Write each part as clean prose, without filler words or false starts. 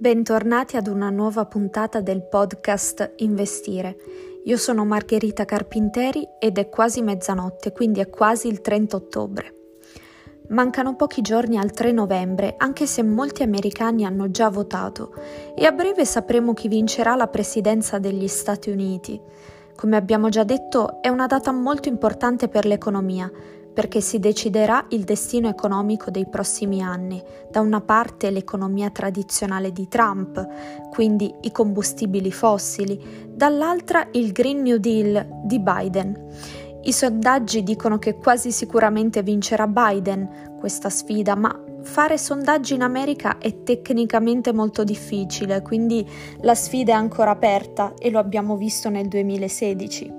Bentornati ad una nuova puntata del podcast Investire. Io sono Margherita Carpinteri ed è quasi mezzanotte, quindi è quasi il 30 ottobre. Mancano pochi giorni al 3 novembre, anche se molti americani hanno già votato, e a breve sapremo chi vincerà la presidenza degli Stati Uniti. Come abbiamo già detto, è una data molto importante per l'economia, perché si deciderà il destino economico dei prossimi anni. Da una parte l'economia tradizionale di Trump, quindi i combustibili fossili, dall'altra il Green New Deal di Biden. I sondaggi dicono che quasi sicuramente vincerà Biden questa sfida, ma fare sondaggi in America è tecnicamente molto difficile, quindi la sfida è ancora aperta e lo abbiamo visto nel 2016.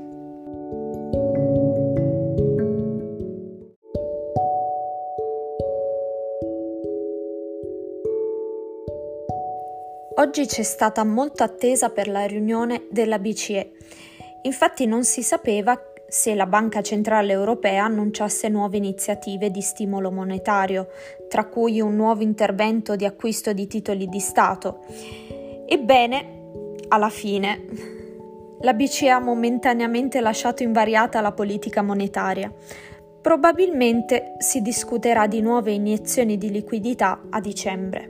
Oggi c'è stata molta attesa per la riunione della BCE. Infatti non si sapeva se la Banca Centrale Europea annunciasse nuove iniziative di stimolo monetario, tra cui un nuovo intervento di acquisto di titoli di Stato. Ebbene, alla fine, la BCE ha momentaneamente lasciato invariata la politica monetaria. Probabilmente si discuterà di nuove iniezioni di liquidità a dicembre.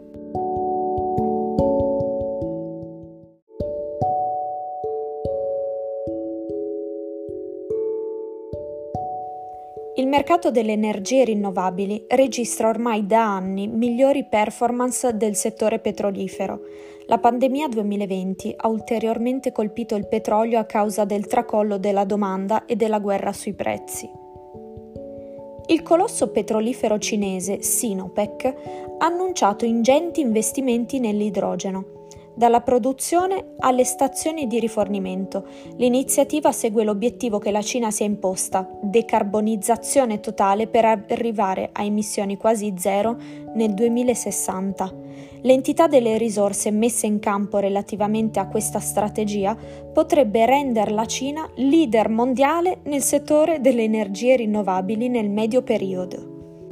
Il mercato delle energie rinnovabili registra ormai da anni migliori performance del settore petrolifero. La pandemia 2020 ha ulteriormente colpito il petrolio a causa del tracollo della domanda e della guerra sui prezzi. Il colosso petrolifero cinese Sinopec ha annunciato ingenti investimenti nell'idrogeno. Dalla produzione alle stazioni di rifornimento, l'iniziativa segue l'obiettivo che la Cina si è imposta, decarbonizzazione totale per arrivare a emissioni quasi zero nel 2060. L'entità delle risorse messe in campo relativamente a questa strategia potrebbe rendere la Cina leader mondiale nel settore delle energie rinnovabili nel medio periodo.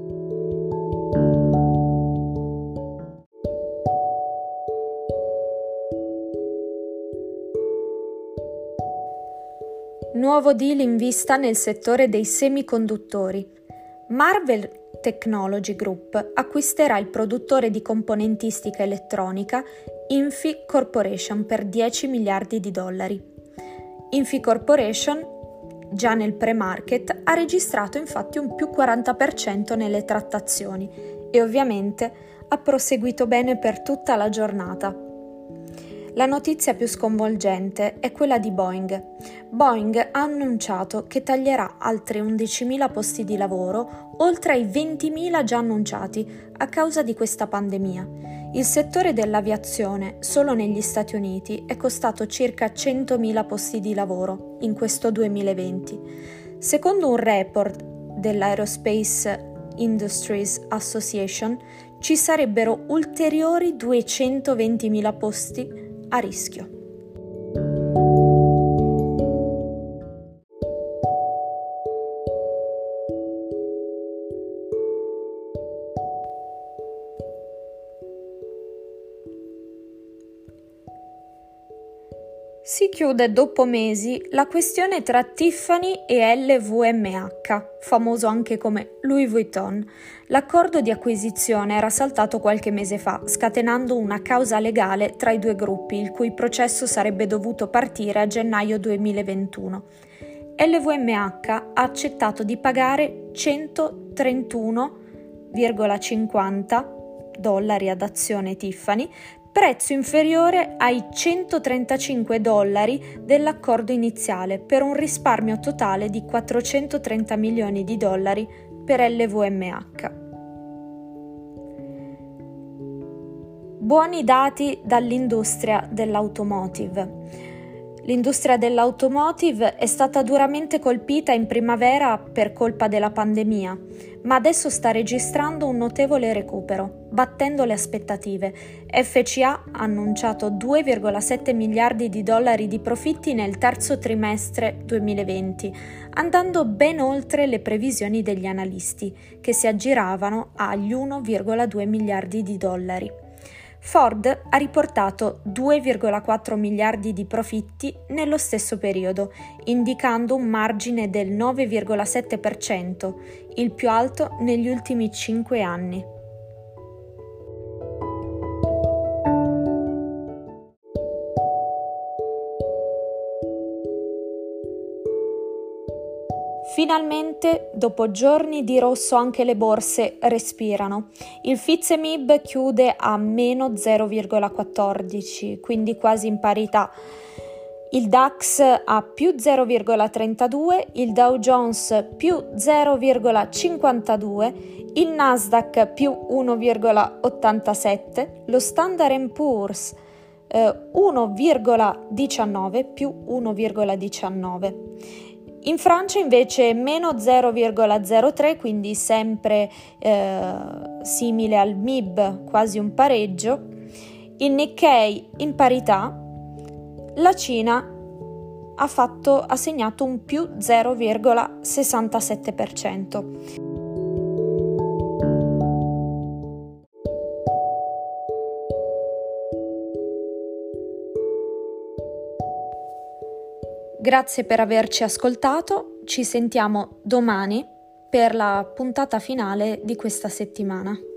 Nuovo deal in vista nel settore dei semiconduttori. Marvell Technology Group acquisterà il produttore di componentistica elettronica Infi Corporation per $10 miliardi. Infi Corporation, già nel pre-market, ha registrato infatti un più 40% nelle trattazioni e ovviamente ha proseguito bene per tutta la giornata. La notizia più sconvolgente è quella di Boeing. Boeing ha annunciato che taglierà altri 11.000 posti di lavoro, oltre ai 20.000 già annunciati, a causa di questa pandemia. Il settore dell'aviazione, solo negli Stati Uniti, è costato circa 100.000 posti di lavoro in questo 2020. Secondo un report dell'Aerospace Industries Association, ci sarebbero ulteriori 220.000 posti a rischio. Si chiude dopo mesi la questione tra Tiffany e LVMH, famoso anche come Louis Vuitton. L'accordo di acquisizione era saltato qualche mese fa, scatenando una causa legale tra i due gruppi, il cui processo sarebbe dovuto partire a gennaio 2021. LVMH ha accettato di pagare $131,50 ad azione Tiffany, prezzo inferiore ai $135 dell'accordo iniziale, per un risparmio totale di $430 milioni per LVMH. Buoni dati dall'industria dell'automotive. L'industria dell'automotive è stata duramente colpita in primavera per colpa della pandemia, ma adesso sta registrando un notevole recupero, battendo le aspettative. FCA ha annunciato $2,7 miliardi di profitti nel terzo trimestre 2020, andando ben oltre le previsioni degli analisti, che si aggiravano agli $1,2 miliardi. Ford ha riportato 2,4 miliardi di profitti nello stesso periodo, indicando un margine del 9,7%, il più alto negli ultimi 5 anni. Finalmente, dopo giorni di rosso, anche le borse respirano. Il FTSE/MIB chiude a meno 0,14, quindi quasi in parità. Il DAX a più 0,32, il Dow Jones più 0,52, il Nasdaq più 1,87, lo Standard & Poor's 1,19 più 1,19. In Francia invece meno 0,03, quindi sempre simile al MIB, quasi un pareggio. Il Nikkei in parità. La Cina ha segnato un più 0,67%. Grazie per averci ascoltato, ci sentiamo domani per la puntata finale di questa settimana.